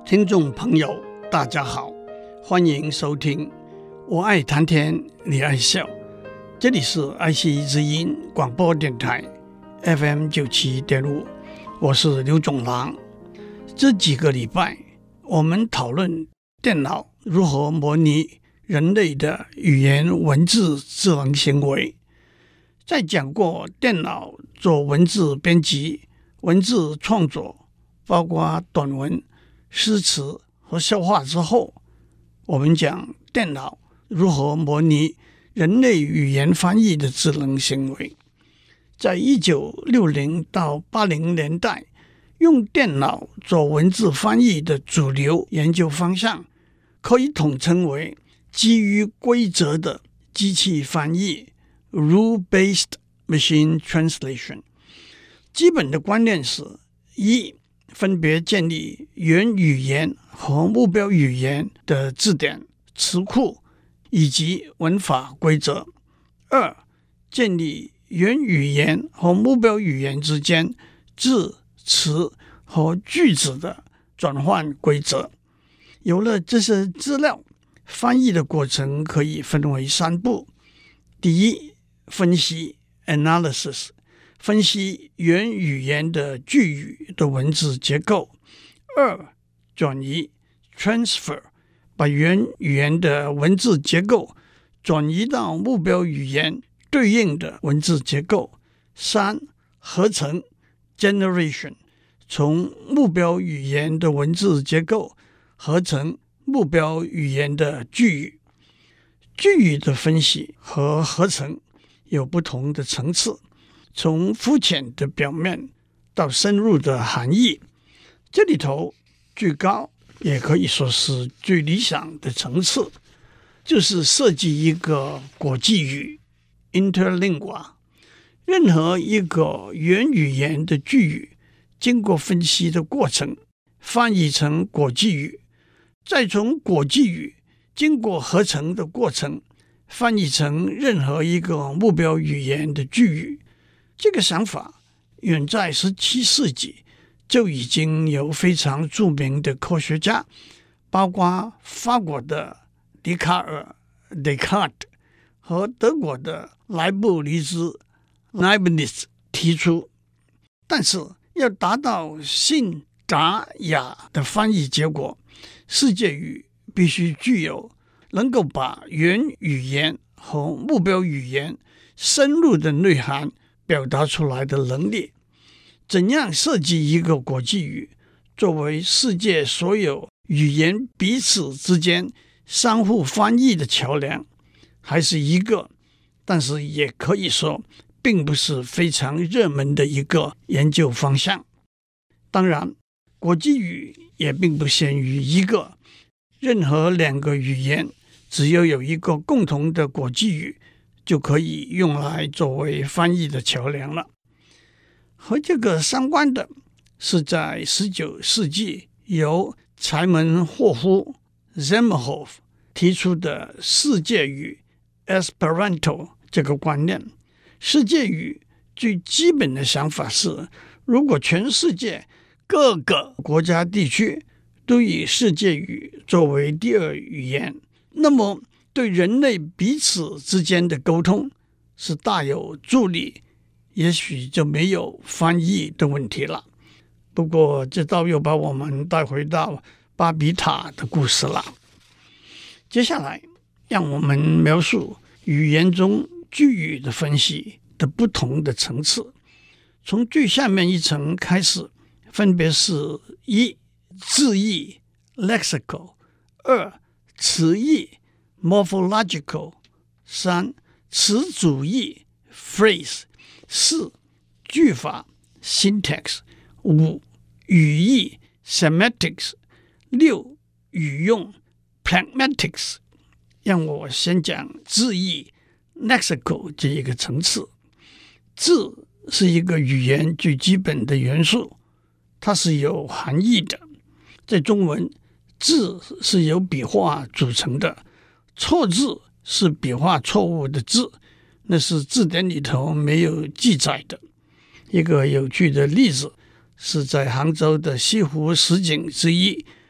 听众朋友大家好，欢迎收听我爱谈天你爱笑，这里是爱惜之音广播电台 FM 97.5，我是刘总郎。这几个礼拜我们讨论电脑如何模拟人类的语言文字智能行为，在讲过电脑做文字编辑、文字创作，包括短文、诗词和笑话之后，我们讲电脑如何模拟人类语言翻译的智能行为。在1960到80年代，用电脑做文字翻译的主流研究方向可以统称为基于规则的机器翻译 Rule-Based Machine Translation。 基本的观念是：一、分别建立原语言和目标语言的字典、词库以及文法规则；二、建立原语言和目标语言之间字、词和句子的转换规则。有了这些资料，翻译的过程可以分为3步。第一，分析 analysis， 分析原语言的句语的文字结构。二，转移 transfer， 把原语言的文字结构转移到目标语言对应的文字结构。三，合成 generation， 从目标语言的文字结构合成目标语言的句语。句语的分析和合成有不同的层次，从肤浅的表面到深入的含义。这里头最高也可以说是最理想的层次，就是设计一个国际语 interlingua。 任何一个原语言的句语经过分析的过程，翻译成国际语，再从国际语经过合成的过程，翻译成任何一个目标语言的句语。这个想法远在17世纪就已经有非常著名的科学家，包括法国的笛卡尔 Descartes 和德国的莱布尼兹 Leibniz 提出。但是要达到信达雅的翻译结果，世界语必须具有能够把原语言和目标语言深入的内涵表达出来的能力。怎样设计一个国际语，作为世界所有语言彼此之间相互翻译的桥梁，还是一个，但是也可以说并不是非常热门的一个研究方向。当然，国际语也并不限于一个，任何2个语言只要有一个共同的国际语，就可以用来作为翻译的桥梁了。和这个相关的是在19世纪由柴门霍夫 Zamenhof 提出的世界语 Esperanto 这个观念。世界语最基本的想法是，如果全世界各个国家地区都以世界语作为第2语言，那么对人类彼此之间的沟通是大有助力，也许就没有翻译的问题了。不过这倒又把我们带回到巴比塔的故事了。接下来让我们描述语言中句语的分析的不同的层次，从最下面一层开始，分别是：一、字义 lexical， 二、词义 morphological， 三、词组义 phrase， 四、句法 syntax， 五、语义 semantics， 六、语用 pragmatics。 让我先讲字义 lexical 这一个层次。字是一个语言最基本的元素，它是有含义的。在中文，字是由笔画组成的，错字是笔画错误的字，那是字典里头没有记载的。一个有趣的例子是在杭州的西湖十景之一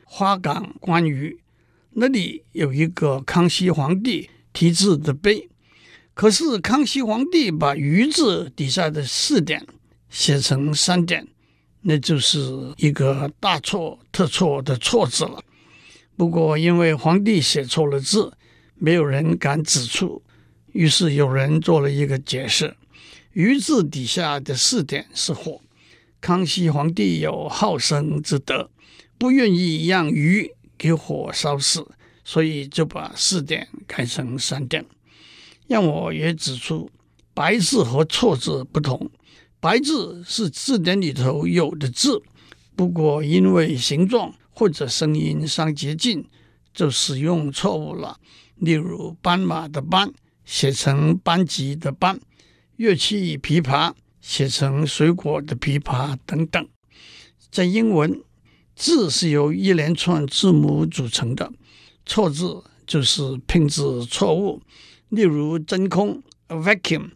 花岗关羽，那里有一个康熙皇帝题字的碑，可是康熙皇帝把鱼字底下的4点写成3点，那就是一个大错特错的错字了。不过因为皇帝写错了字，没有人敢指出，于是有人做了一个解释，鱼字底下的4点是火，康熙皇帝有好生之德，不愿意让鱼给火烧死，所以就把4点改成3点。让我也指出，白字和错字不同，白字是字典里头有的字，不过因为形状或者声音相接近，就使用错误了。例如斑马的斑写成班级的班，乐器琵琶写成水果的枇杷等等。在英文，字是由一连串字母组成的，错字就是拼字错误。例如真空 vacuum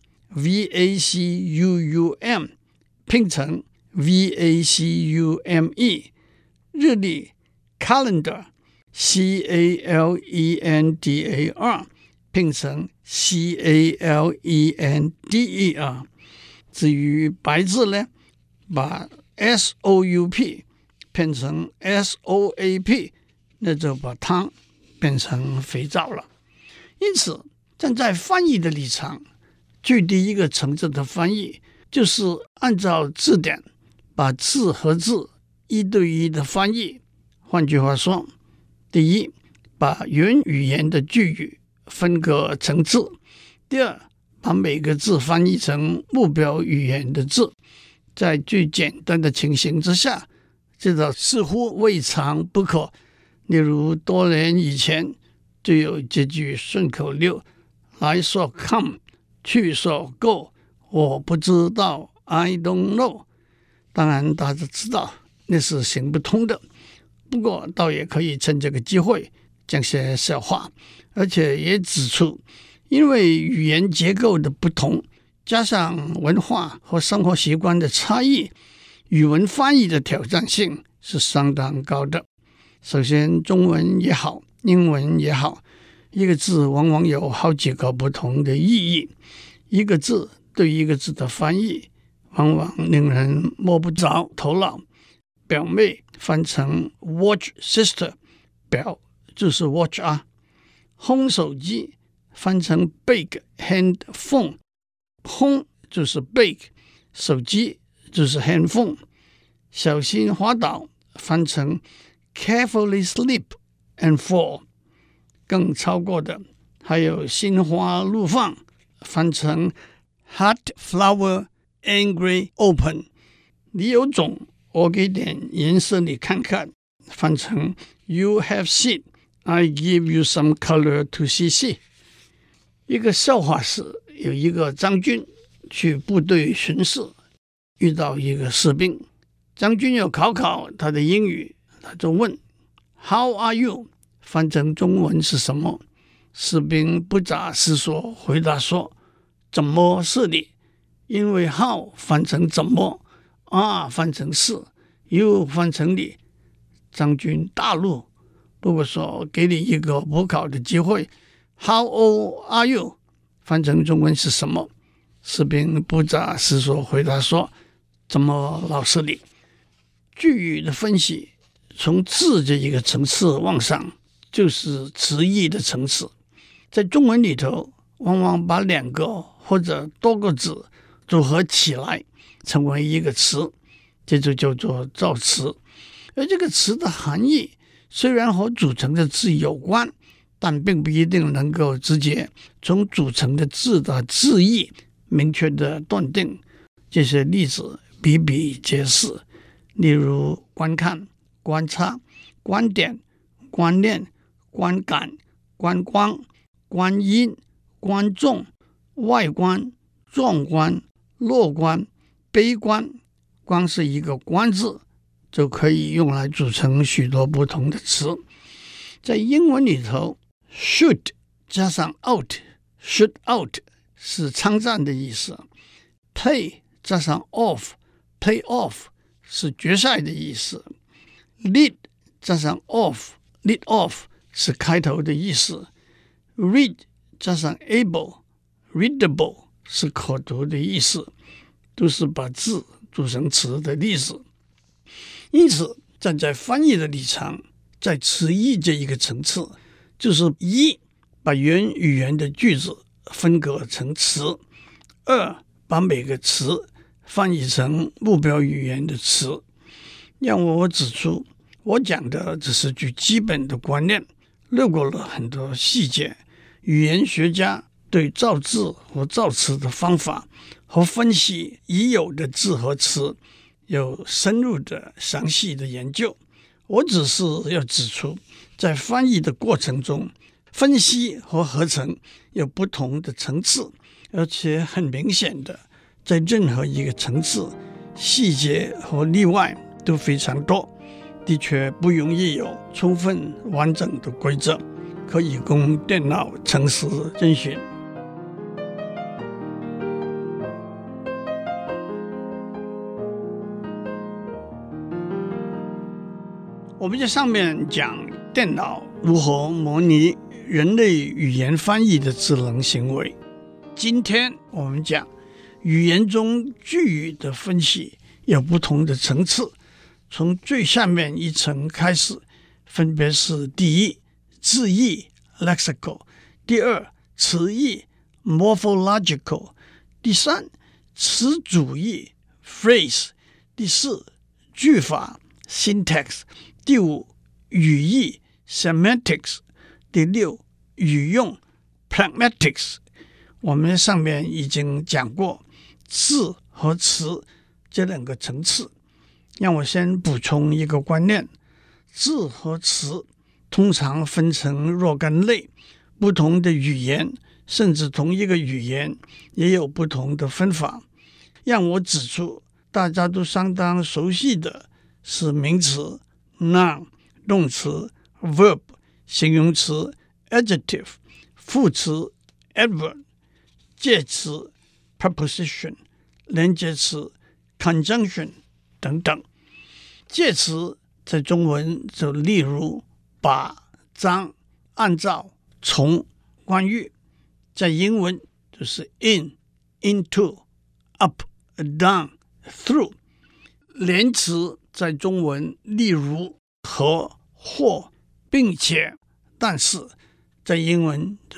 VACUUM 拼成 VACUME， 日历 calendar CALENDAR 拼成 CALENDER。 至于白字呢，把 SOUP 变成 SOAP， 那就把汤变成肥皂了。因此站在翻译的立场，最低一个层次的翻译就是按照字典把字和字1对1的翻译。换句话说，第一，把原语言的句语分个层次；第二，把每个字翻译成目标语言的字。在最简单的情形之下，这似乎未尝不可。例如多年以前就有这句顺口溜，来说 come， 去说 go， 我不知道 I don't know。 当然大家知道那是行不通的，不过倒也可以趁这个机会讲些笑话，而且也指出，因为语言结构的不同，加上文化和生活习惯的差异，语文翻译的挑战性是相当高的。首先，中文也好，英文也好，一个字往往有好几个不同的意义，一个字对一个字的翻译往往令人摸不着头脑。表妹翻成 watch sister， 表就是 watch 啊。烘手机翻成 bake handphone， 烘就是 bake， 手机就是 handphone。 小心滑倒翻成 carefully slip and fall。 更超过的还有心花怒放翻成 heart flower angry open。 你有种，我给点颜色你看看翻成 you have seen， I give you some color to see。 一个笑话是，有一个将军去部队巡视，遇到一个士兵，将军要考他的英语，他就问 How are you？ 翻成中文是什么？士兵不假思索回答说，怎么是你？因为 how 翻成怎么， are 翻成是， you 翻成你。将军大怒，不过说给你一个补考的机会， How old are you？ 翻成中文是什么？士兵不假思索回答说，怎么老是你？句语的分析从字这一个层次往上，就是词义的层次。在中文里头，往往把2个或者多个字组合起来成为一个词，这就叫做造词。而这个词的含义虽然和组成的字有关，但并不一定能够直接从组成的字的字义明确的断定。这些例子比比皆是，例如观看、观察、观点、观念、观感、观光、观音、观众、外观、壮观、乐观、悲观。光是一个观字就可以用来组成许多不同的词。在英文里头， shoot 加上 out， shoot out 是称赞的意思。 play 加上 off， play off 是决赛的意思。lead 加上 off，lead off 是开头的意思。read 加上 able，readable 是可读的意思，都是把字组成词的例子。因此，站在翻译的立场，在词义这一个层次，就是一，把原语言的句子分割成词；二，把每个词翻译成目标语言的词。让我指出，我讲的只是最基本的观念，略过了很多细节。语言学家对造字和造词的方法和分析已有的字和词有深入的详细的研究。我只是要指出，在翻译的过程中，分析和合成有不同的层次，而且很明显的，在任何一个层次，细节和例外都非常多，的确不容易有充分完整的规则可以供电脑程式遵循。我们在上面讲电脑如何模拟人类语言翻译的智能行为，今天我们讲语言中句语的分析有不同的层次，从最下面一层开始，分别是第一，字义 lexical， 第二，词义 morphological， 第三，词组义 phrase， 第四，句法 syntax， 第五，语义 semantics， 第六，语用 pragmatics。 我们上面已经讲过字和词这两个层次，让我先补充一个观念，字和词通常分成若干类，不同的语言甚至同一个语言也有不同的分法。让我指出大家都相当熟悉的是名词 noun， 动词 verb， 形容词 adjective， 副词 adverb， 介词 preposition， 连接词 conjunction 等等。介词在中文就例如把、将、按照、从、关于，在英文就是 in、into、up、down、through。连词在中文例如和、或、并且、但是，在英文就是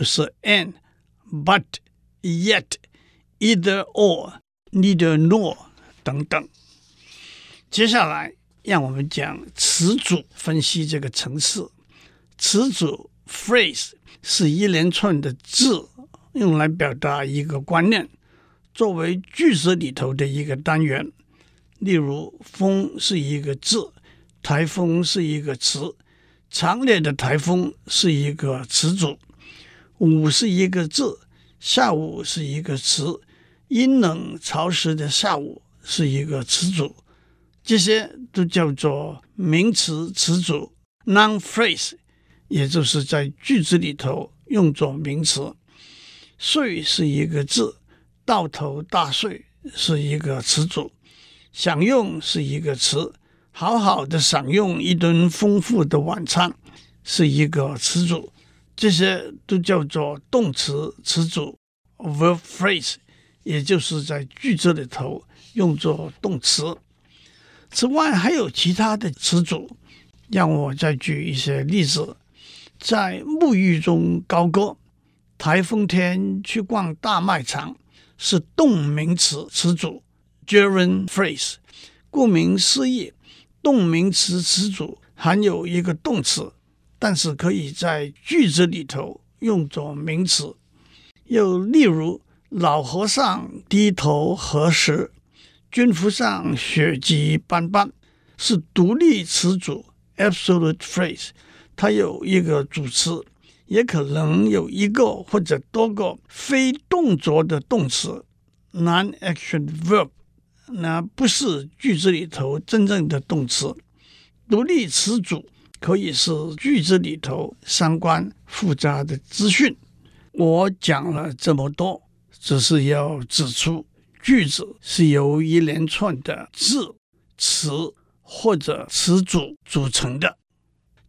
and、but、yet、either or、neither nor 等等。接下来让我们讲词组分析这个层次。词组 phrase 是一连串的字用来表达一个观念，作为句子里头的一个单元。例如风是一个字，台风是一个词，强烈的台风是一个词组，午是一个字，下午是一个词，阴冷潮湿的下午是一个词组。这些都叫做名词词组 noun phrase， 也就是在句子里头用作名词。岁是一个字，到头大睡是一个词组，享用是一个词，好好的享用一顿丰富的晚餐是一个词组。这些都叫做动词词组 verb phrase， 也就是在句子里头用作动词。此外还有其他的词组，让我再举一些例子。在沐浴中高歌，台风天去逛大卖场是动名词词组 gerund phrase。 顾名思义，动名词词组含有一个动词，但是可以在句子里头用作名词。又例如老和尚低头何时，军服上血迹斑斑，是独立词组 absolute phrase， 它有一个主词，也可能有一个或者多个非动作的动词 non-action verb， 那不是句子里头真正的动词。独立词组可以是句子里头相关复杂的资讯。我讲了这么多，只是要指出句子是由一连串的字、词或者词组组成的。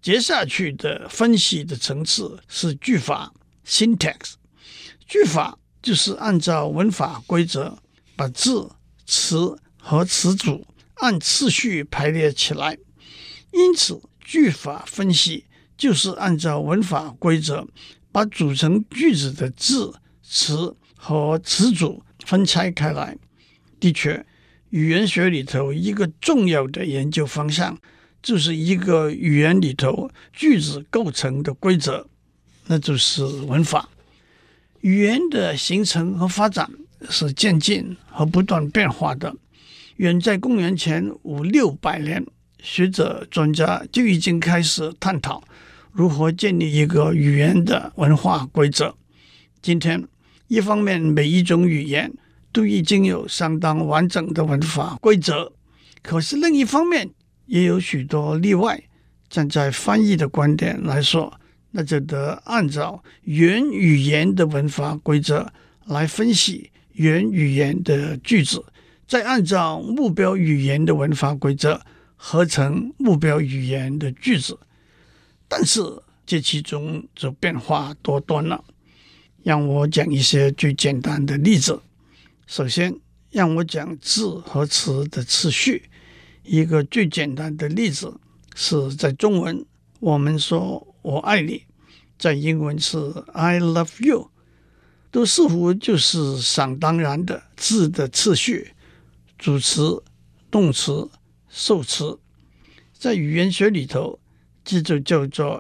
接下去的分析的层次是句法 syntax。 句法就是按照文法规则把字、词和词组按次序排列起来，因此句法分析就是按照文法规则把组成句子的字、词和词组分拆开来。的确，语言学里头一个重要的研究方向就是一个语言里头句子构成的规则，那就是文法。语言的形成和发展是渐进和不断变化的。远在公元前500-600年，学者专家就已经开始探讨如何建立一个语言的文化规则。今天，一方面每一种语言都已经有相当完整的文法规则，可是另一方面也有许多例外。站在翻译的观点来说，那就得按照原语言的文法规则来分析原语言的句子，再按照目标语言的文法规则合成目标语言的句子。但是这其中就变化多端了。让我讲一些最简单的例子。首先，让我讲字和词的次序。一个最简单的例子是在中文，我们说我爱你，在英文是 I love you， 都似乎就是想当然的字的次序，主词、动词、受词。在语言学里头，这就叫做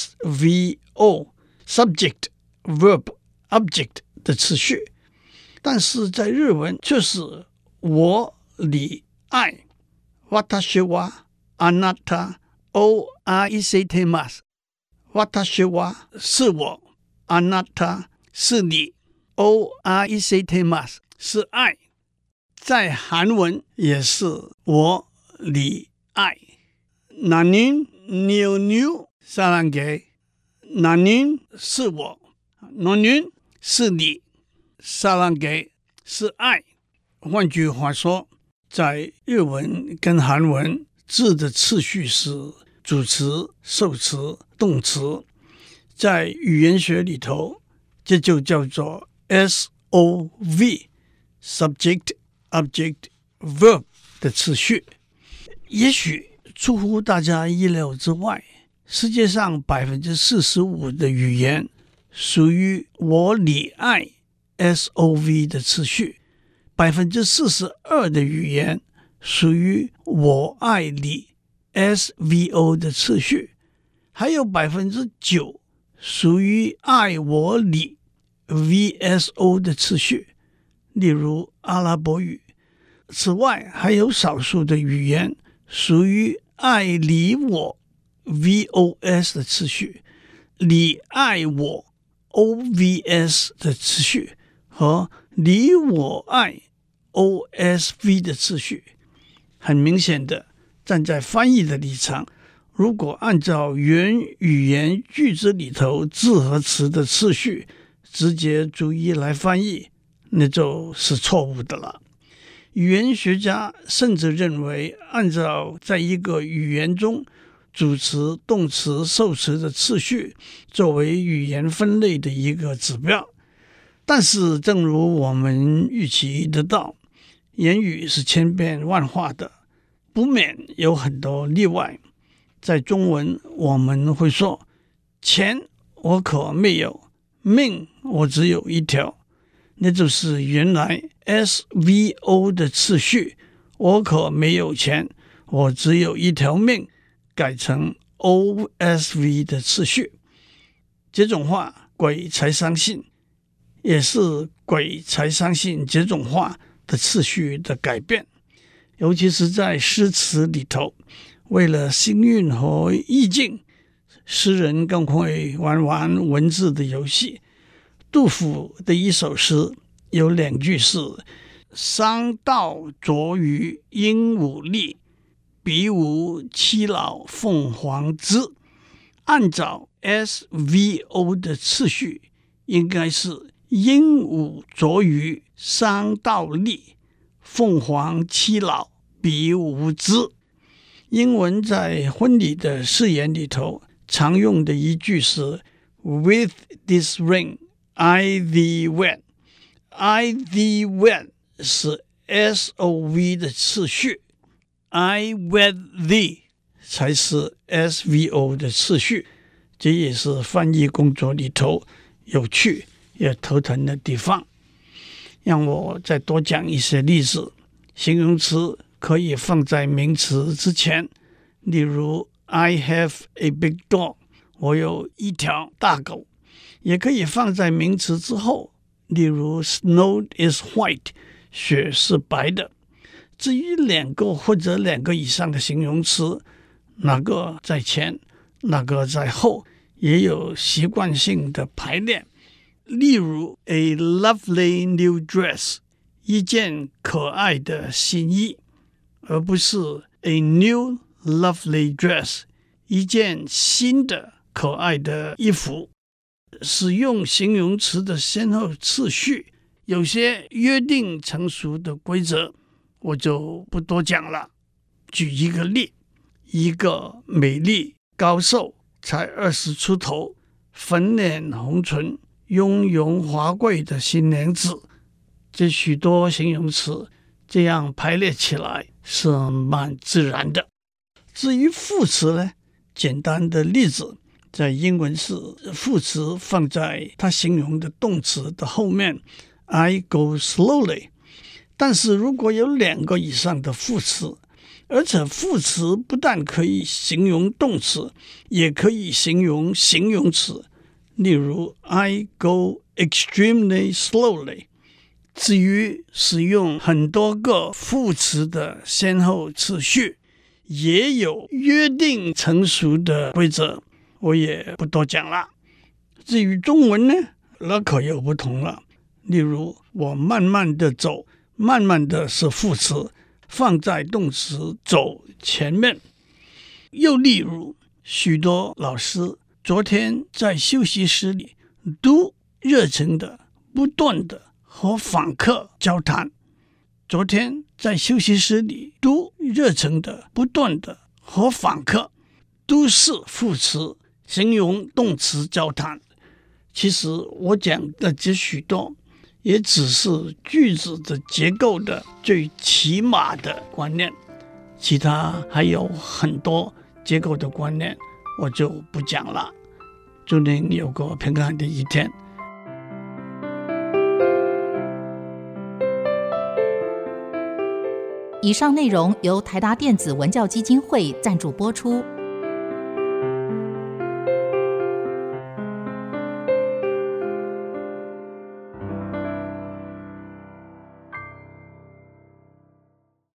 SVO subject verb object 的次序。但是在日文却是我、你、爱。私はあなたを愛してます。私は是我，あなた是你，を愛してます是爱。在韩文也是我、你、爱。나는 너를 사랑해。나는是我，너는是你，사랑해是爱。换句话说，在日文跟韩文，字的次序是主词、受词、动词。在语言学里头，这就叫做 SOV subject object verb 的次序。也许出乎大家意料之外，世界上 45% 的语言属于我、你、爱 SOV 的次序， 42% 的语言属于我爱你 SVO 的次序，还有 9% 属于爱我你 VSO 的次序，例如阿拉伯语。此外，还有少数的语言属于爱你我 VOS 的次序，你爱我 OVS 的次序和你我爱 OSV 的次序。很明显的，站在翻译的立场，如果按照原语言句子里头字和词的次序直接逐一来翻译，那就是错误的了。语言学家甚至认为，按照在一个语言中主词、动词、受词的次序作为语言分类的一个指标。但是正如我们预期得到，言语是千变万化的，不免有很多例外。在中文我们会说，钱我可没有，命我只有一条，那就是原来 SVO 的次序，我可没有钱，我只有一条命，改成 OSV 的次序。这种话鬼才相信，也是鬼才相信这种话的次序的改变。尤其是在诗词里头，为了兴韵和意境，诗人更会玩文字的游戏。杜甫的一首诗有2句是商道卓于鹦鹉立，比武七老凤凰姿。按照 SVO 的次序，应该是鹦鹉卓于商道立，凤凰七老比武姿。英文在婚礼的誓言里头常用的一句是 With this ring, I thee wed. I thee wed 是 SOV 的次序， I wed thee 才是 SVO 的次序。这也是翻译工作里头有趣也头疼的地方。让我再多讲一些例子。形容词可以放在名词之前，例如 I have a big dog， 我有一条大狗。也可以放在名词之后，例如 Snow is white， 雪是白的。至于两个或者两个以上的形容词，哪个在前，哪个在后，也有习惯性的排列。例如 A lovely new dress， 一件可爱的新衣，而不是 A new lovely dress， 一件新的可爱的衣服。使用形容词的先后次序有些约定成熟的规则，我就不多讲了。举一个例，一个美丽高瘦才20出头，粉脸红唇雍容华贵的新娘子，这许多形容词这样排列起来是蛮自然的。至于副词呢，简单的例子在英文是副词放在它形容的动词的后面 I go slowly。 但是如果有两个以上的副词，而且副词不但可以形容动词，也可以形容形容词，例如 I go extremely slowly。 至于使用很多个副词的先后次序，也有约定成熟的规则，我也不多讲了。至于中文呢，那可又不同了。例如我慢慢的走，慢慢的是副词，放在动词走前面。又例如许多老师昨天在休息室里都热情的不断的和访客交谈。昨天在休息室里都热情的不断的和访客，都是副词形容动词交谈。其实我讲的这许多也只是句子的结构的最起码的观念，其他还有很多结构的观念我就不讲了。祝您有个平安的一天。 以上内容由台达电子文教基金会赞助播出。